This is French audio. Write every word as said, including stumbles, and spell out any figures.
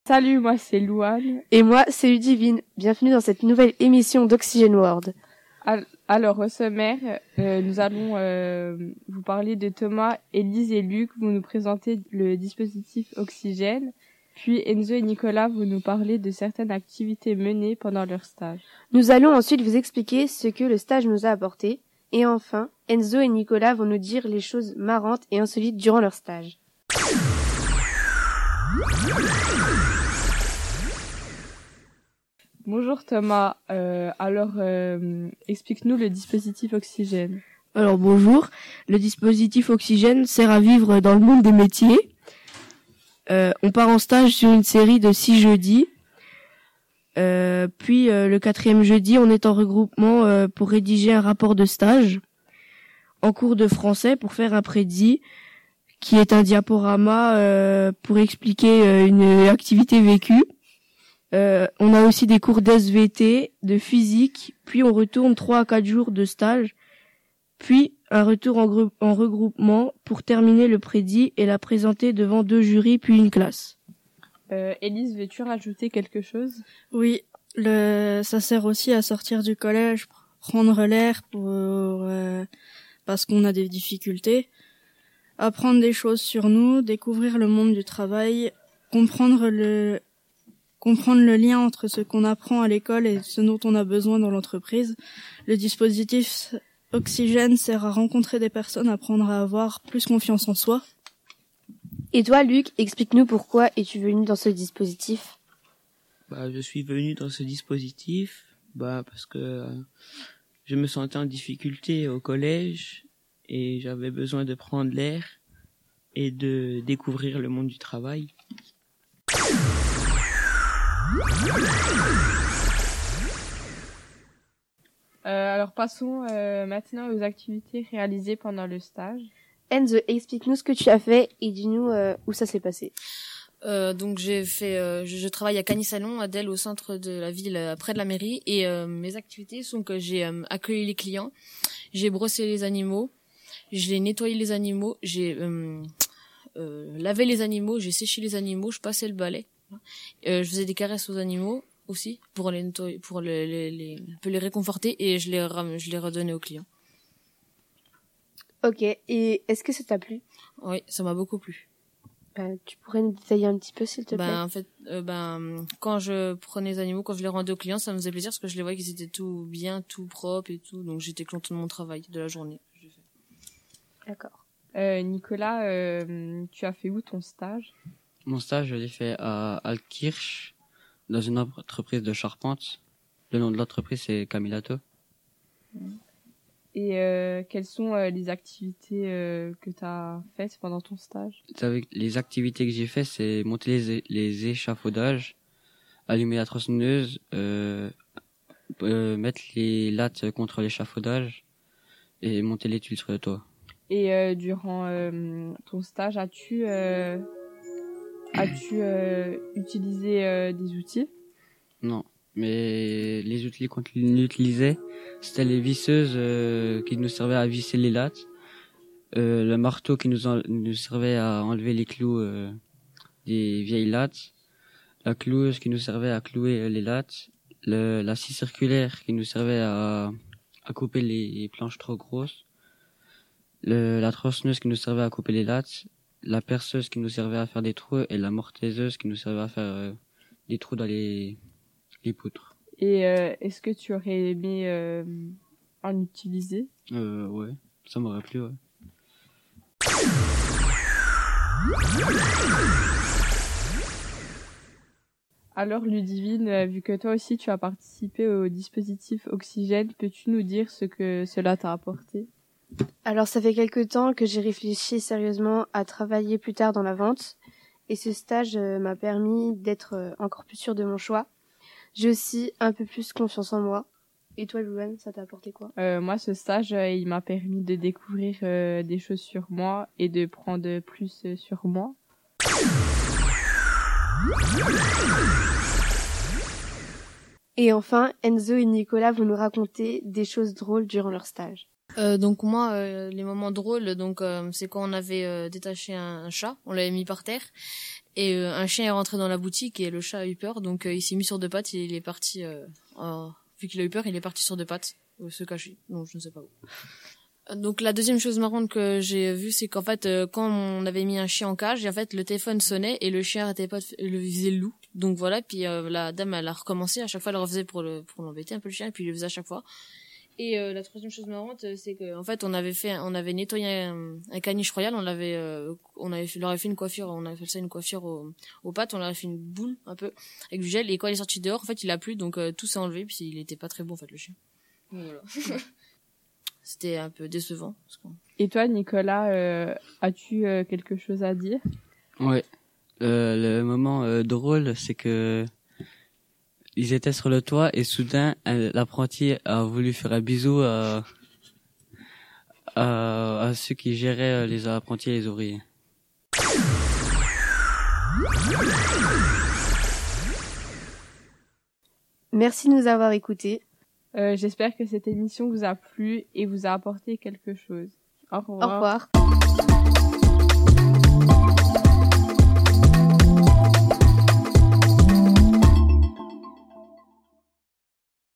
Salut, moi c'est Louane. Et moi, c'est Ludivine. Bienvenue dans cette nouvelle émission d'Oxygène World. Alors, au sommaire, euh, nous allons euh, vous parler de Thomas, Élise et Luc. Vous nous présentez le dispositif Oxygène. Puis Enzo et Nicolas vont nous parler de certaines activités menées pendant leur stage. Nous allons ensuite vous expliquer ce que le stage nous a apporté. Et enfin, Enzo et Nicolas vont nous dire les choses marrantes et insolites durant leur stage. Bonjour Thomas, euh, alors euh, explique-nous le dispositif Oxygène. Alors bonjour, le dispositif Oxygène sert à vivre dans le monde des métiers. Euh, on part en stage sur une série de six jeudis. Euh, puis euh, le quatrième jeudi, on est en regroupement euh, pour rédiger un rapport de stage en cours de français pour faire un prédit qui est un diaporama euh, pour expliquer euh, une activité vécue. Euh, on a aussi des cours d'S V T, de physique, puis on retourne trois à quatre jours de stage, puis un retour en, gru- en regroupement pour terminer le prédit et la présenter devant deux jurys puis une classe. Euh, Élise, veux-tu rajouter quelque chose ? Oui, le, ça sert aussi à sortir du collège, prendre l'air pour euh, parce qu'on a des difficultés, apprendre des choses sur nous, découvrir le monde du travail, comprendre le comprendre le lien entre ce qu'on apprend à l'école et ce dont on a besoin dans l'entreprise. Le dispositif Oxygène sert à rencontrer des personnes, apprendre à avoir plus confiance en soi. Et toi, Luc, explique-nous pourquoi es-tu venu dans ce dispositif ? Bah, je suis venu dans ce dispositif bah parce que euh, je me sentais en difficulté au collège et j'avais besoin de prendre l'air et de découvrir le monde du travail. Euh, alors passons euh, maintenant aux activités réalisées pendant le stage. Enzo, explique-nous ce que tu as fait et dis-nous euh, où ça s'est passé. Euh, donc j'ai fait, euh, je, je travaille à Cagny-Salon, à Delle, au centre de la ville, euh, près de la mairie. Et euh, mes activités sont que j'ai euh, accueilli les clients, j'ai brossé les animaux, j'ai nettoyé les animaux, j'ai euh, euh, lavé les animaux, j'ai séché les animaux, je passais le balai. Euh, je faisais des caresses aux animaux aussi pour les nettoyer, pour les, les, les, un peu les réconforter et je les, ram- je les redonnais aux clients. Ok, et est-ce que ça t'a plu ? Oui, ça m'a beaucoup plu. Euh, tu pourrais nous détailler un petit peu, s'il te plaît ? Ben en fait, euh, ben quand je prenais les animaux, quand je les rendais aux clients, ça me faisait plaisir parce que je les voyais qu'ils étaient tout bien, tout propre et tout, donc j'étais contente de mon travail de la journée. D'accord. Euh, Nicolas, euh, tu as fait où ton stage ? Mon stage, je l'ai fait à Altkirch, dans une entreprise de charpente. Le nom de l'entreprise, c'est Camilato. Et euh, quelles sont euh, les activités euh, que tu as faites pendant ton stage ? Avec les activités que j'ai fait, c'est monter les, é- les échafaudages, allumer la tronçonneuse, euh, euh, mettre les lattes contre l'échafaudage et monter les tuiles sur le toit. Et euh, durant euh, ton stage, as-tu euh, as-tu euh, utilisé euh, des outils ? Non, mais les outils qu'on utilisait, c'était les visseuses euh, qui nous servaient à visser les lattes, euh, le marteau qui nous, en, nous servait à enlever les clous euh, des vieilles lattes, la cloueuse qui nous servait à clouer les lattes, le, la scie circulaire qui nous servait à, à couper les planches trop grosses, le, la tronçonneuse qui nous servait à couper les lattes, la perceuse qui nous servait à faire des trous et la mortaiseuse qui nous servait à faire euh, des trous dans les, les poutres. Et euh, est-ce que tu aurais aimé euh, en utiliser ? Euh, ouais, ça m'aurait plu, ouais. Alors Ludivine, vu que toi aussi tu as participé au dispositif Oxygène, peux-tu nous dire ce que cela t'a apporté ? Alors, ça fait quelque temps que j'ai réfléchi sérieusement à travailler plus tard dans la vente. Et ce stage euh, m'a permis d'être euh, encore plus sûre de mon choix. J'ai aussi un peu plus confiance en moi. Et toi, Louane, ça t'a apporté quoi ? euh, Moi, ce stage, euh, il m'a permis de découvrir euh, des choses sur moi et de prendre plus euh, sur moi. Et enfin, Enzo et Nicolas vont nous raconter des choses drôles durant leur stage. Euh, donc moi, euh, les moments drôles, donc euh, c'est quand on avait euh, détaché un, un chat, on l'avait mis par terre, et euh, un chien est rentré dans la boutique et le chat a eu peur, donc euh, il s'est mis sur deux pattes et il est parti. Euh, en... Vu qu'il a eu peur, il est parti sur deux pattes, euh, se cacher. Non, je ne sais pas où. Donc la deuxième chose marrante que j'ai vue, c'est qu'en fait, euh, quand on avait mis un chien en cage, et en fait le téléphone sonnait et le chien arrêtait pas de f- le visait le loup. Donc voilà, puis euh, la dame elle a recommencé, à chaque fois elle le refaisait pour le pour l'embêter un peu le chien, et puis il le faisait à chaque fois. Et euh, la troisième chose marrante, euh, c'est que en fait on avait fait, on avait nettoyé un, un caniche royal, on l'avait, euh, on avait, fait, leur avait fait une coiffure, on avait fait ça une coiffure aux, aux pattes, on leur avait fait une boule un peu avec du gel, et quand il est sorti dehors, en fait il a plu, donc euh, tout s'est enlevé, puis il était pas très beau en fait le chien. Donc, voilà. C'était un peu décevant. Parce qu'on... Et toi, Nicolas, euh, as-tu euh, quelque chose à dire? Ouais. Euh, le moment euh, drôle, c'est que ils étaient sur le toit et soudain, un- l'apprenti a voulu faire un bisou à, à, à ceux qui géraient euh, les apprentis et les ouvriers. Merci de nous avoir écoutés. Euh, j'espère que cette émission vous a plu et vous a apporté quelque chose. Au revoir. Au revoir.